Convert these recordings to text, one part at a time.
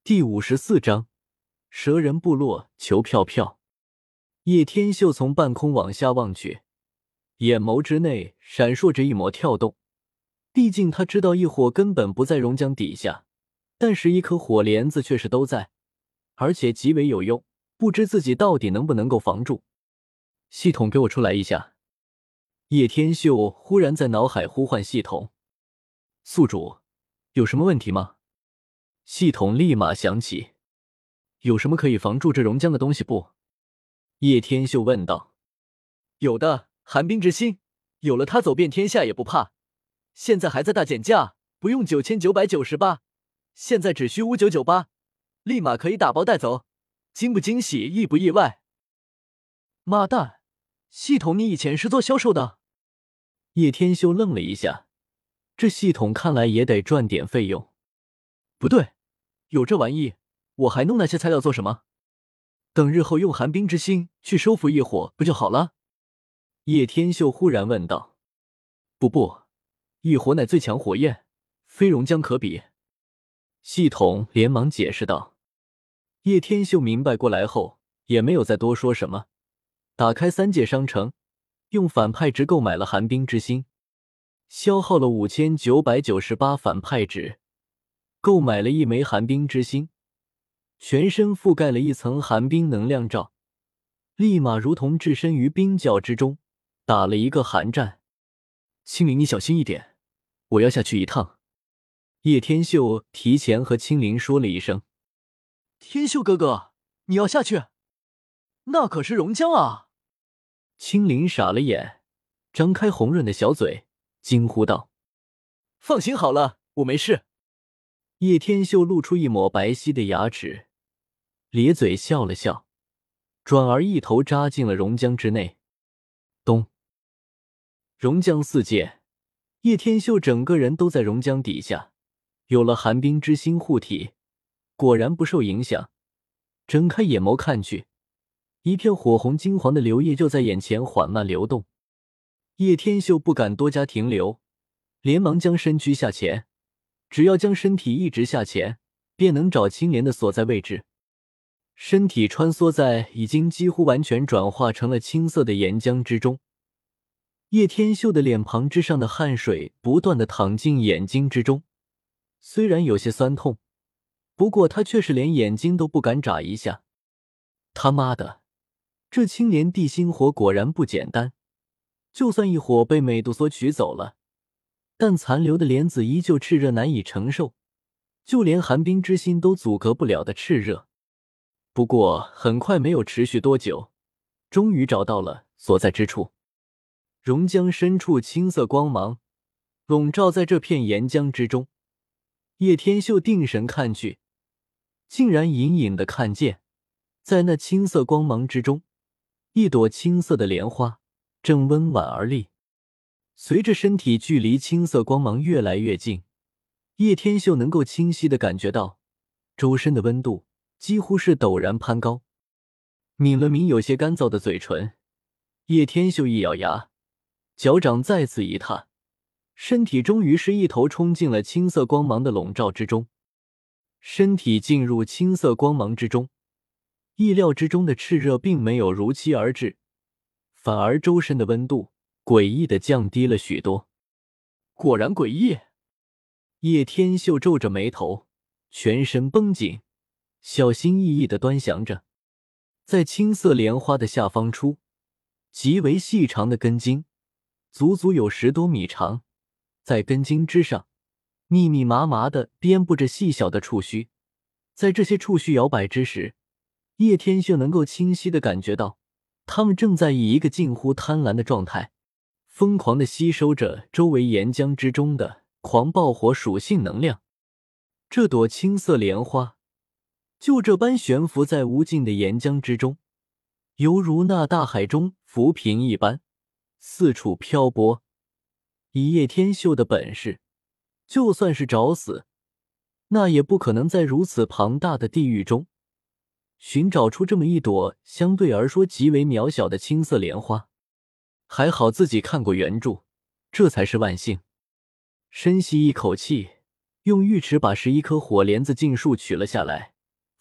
第54章蛇人部落求票票。叶天秀从半空往下望去，眼眸之内闪烁着一抹跳动。毕竟他知道异火根本不在熔浆底下，但是一颗火莲子却是都在，而且极为有用，不知自己到底能不能够防住。系统给我出来一下。叶天秀忽然在脑海呼唤系统。宿主，有什么问题吗？系统立马响起。有什么可以防住这熔浆的东西不？叶天秀问道。有的，寒冰之心，有了它走遍天下也不怕。现在还在大减价，不用9998，现在只需5998，立马可以打包带走。惊不惊喜，意不意外？妈蛋，系统你以前是做销售的？叶天秀愣了一下，这系统看来也得赚点费用。不对，有这玩意，我还弄那些材料做什么？等日后用寒冰之心去收服异火不就好了？叶天秀忽然问道。不，异火乃最强火焰，非熔浆可比。系统连忙解释道。叶天秀明白过来后，也没有再多说什么，打开三界商城，用反派值购买了寒冰之心，消耗了5998反派值，购买了一枚寒冰之心，全身覆盖了一层寒冰能量罩，立马如同置身于冰窖之中，打了一个寒战。青灵，你小心一点，我要下去一趟。叶天秀提前和青灵说了一声。天秀哥哥，你要下去？那可是熔浆啊！青灵傻了眼，张开红润的小嘴，惊呼道。放心好了，我没事。叶天秀露出一抹白皙的牙齿，咧嘴笑了笑，转而一头扎进了熔浆之内。咚！熔浆四溅，叶天秀整个人都在熔浆底下，有了寒冰之心护体，果然不受影响。睁开眼眸看去，一片火红金黄的流液就在眼前缓慢流动。叶天秀不敢多加停留，连忙将身躯下潜，只要将身体一直下潜，便能找青莲的所在位置。身体穿梭在已经几乎完全转化成了青色的岩浆之中，叶天秀的脸庞之上的汗水不断地淌进眼睛之中，虽然有些酸痛，不过他却是连眼睛都不敢眨一下。他妈的，这青莲地心火果然不简单，就算一火被美杜莎取走了，但残留的莲子依旧炽热难以承受，就连寒冰之心都阻隔不了的炽热。不过很快没有持续多久，终于找到了所在之处。熔浆深处青色光芒笼罩在这片岩浆之中，叶天秀定神看去，竟然隐隐地看见，在那青色光芒之中，一朵青色的莲花正温婉而立。随着身体距离青色光芒越来越近，叶天秀能够清晰地感觉到周身的温度几乎是陡然攀高。抿了抿有些干燥的嘴唇，叶天秀一咬牙，脚掌再次一踏，身体终于是一头冲进了青色光芒的笼罩之中。身体进入青色光芒之中，意料之中的炽热并没有如期而至，反而周身的温度诡异地降低了许多。果然诡异。叶天秀皱着眉头，全身绷紧，小心翼翼地端详着。在青色莲花的下方处，极为细长的根茎，足足有10多米长，在根茎之上密密麻麻地编布着细小的触须。在这些触须摇摆之时，叶天秀能够清晰地感觉到，它们正在以一个近乎贪婪的状态，疯狂地吸收着周围岩浆之中的狂暴火属性能量。这朵青色莲花就这般悬浮在无尽的岩浆之中，犹如那大海中浮萍一般，四处漂泊。以叶天秀的本事，就算是找死，那也不可能在如此庞大的地域中寻找出这么一朵相对而说极为渺小的青色莲花。还好自己看过原著，这才是万幸。深吸一口气，用玉尺把11颗火莲子尽数取了下来，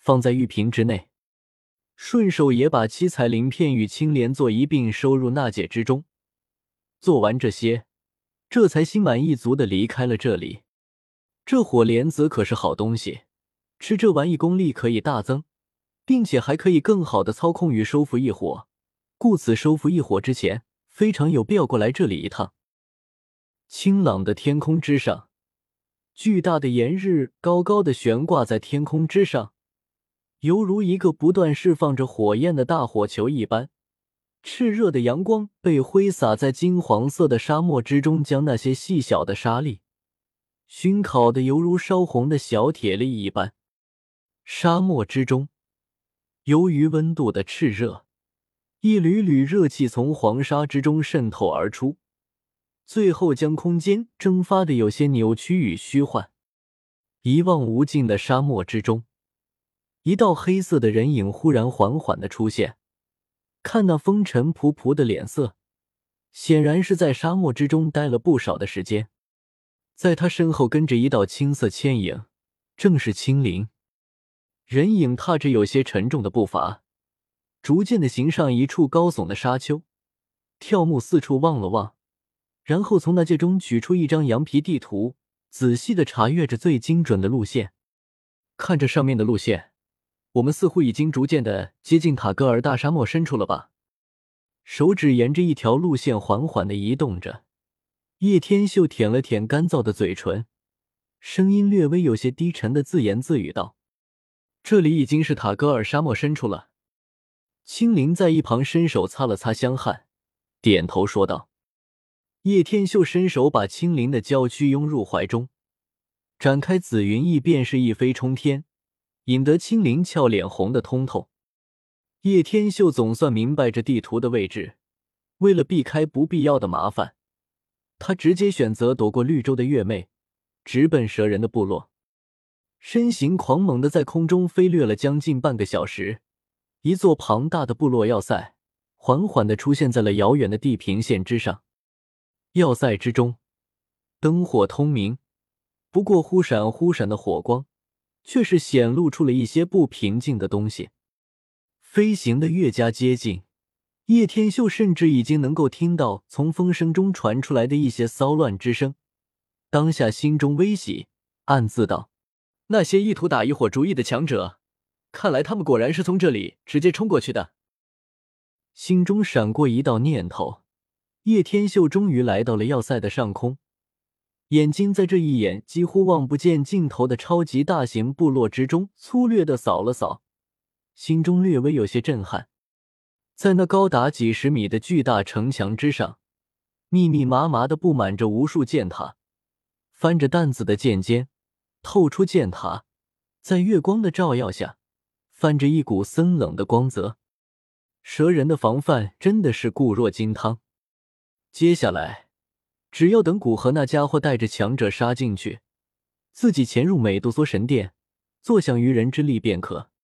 放在玉瓶之内，顺手也把七彩鳞片与青莲座一并收入纳戒之中。做完这些，这才心满意足地离开了这里。这火莲子可是好东西，吃这玩意功力可以大增，并且还可以更好地操控与收服异火，故此收服异火之前，非常有必要过来这里一趟。清朗的天空之上，巨大的炎日高高的悬挂在天空之上，犹如一个不断释放着火焰的大火球一般。炽热的阳光被挥洒在金黄色的沙漠之中，将那些细小的沙粒熏烤得犹如烧红的小铁粒一般。沙漠之中，由于温度的炽热，一缕缕热气从黄沙之中渗透而出，最后将空间蒸发得有些扭曲与虚幻。一望无尽的沙漠之中，一道黑色的人影忽然缓缓地出现。看那风尘仆仆的脸色，显然是在沙漠之中待了不少的时间。在他身后跟着一道青色牵影，正是青灵。人影踏着有些沉重的步伐，逐渐地行上一处高耸的沙丘，跳目四处望了望，然后从那戒中取出一张羊皮地图，仔细地查阅着最精准的路线。看着上面的路线，我们似乎已经逐渐地接近塔戈尔大沙漠深处了吧？手指沿着一条路线缓缓地移动着，叶天秀舔了舔干燥的嘴唇，声音略微有些低沉地自言自语道：“这里已经是塔戈尔沙漠深处了。”青灵在一旁伸手擦了擦香汗，点头说道。叶天秀伸手把青灵的娇躯拥入怀中，展开紫云翼便是一飞冲天，引得青灵俏脸红得通透。叶天秀总算明白这地图的位置，为了避开不必要的麻烦，他直接选择躲过绿洲的月媚，直奔蛇人的部落。身形狂猛地在空中飞掠了将近半个小时，一座庞大的部落要塞缓缓地出现在了遥远的地平线之上。要塞之中灯火通明，不过忽闪忽闪的火光却是显露出了一些不平静的东西。飞行的越加接近，叶天秀甚至已经能够听到从风声中传出来的一些骚乱之声。当下心中微喜，暗自道：那些意图打一伙主意的强者，看来他们果然是从这里直接冲过去的。心中闪过一道念头，叶天秀终于来到了要塞的上空，眼睛在这一眼几乎望不见尽头的超级大型部落之中粗略地扫了扫，心中略微有些震撼。在那高达几十米的巨大城墙之上，密密麻麻地布满着无数箭塔，翻着担子的剑尖透出箭塔，在月光的照耀下泛着一股森冷的光泽。蛇人的防范真的是固若金汤。接下来只要等古河那家伙带着强者杀进去，自己潜入美杜莎神殿，坐享渔人之利便可。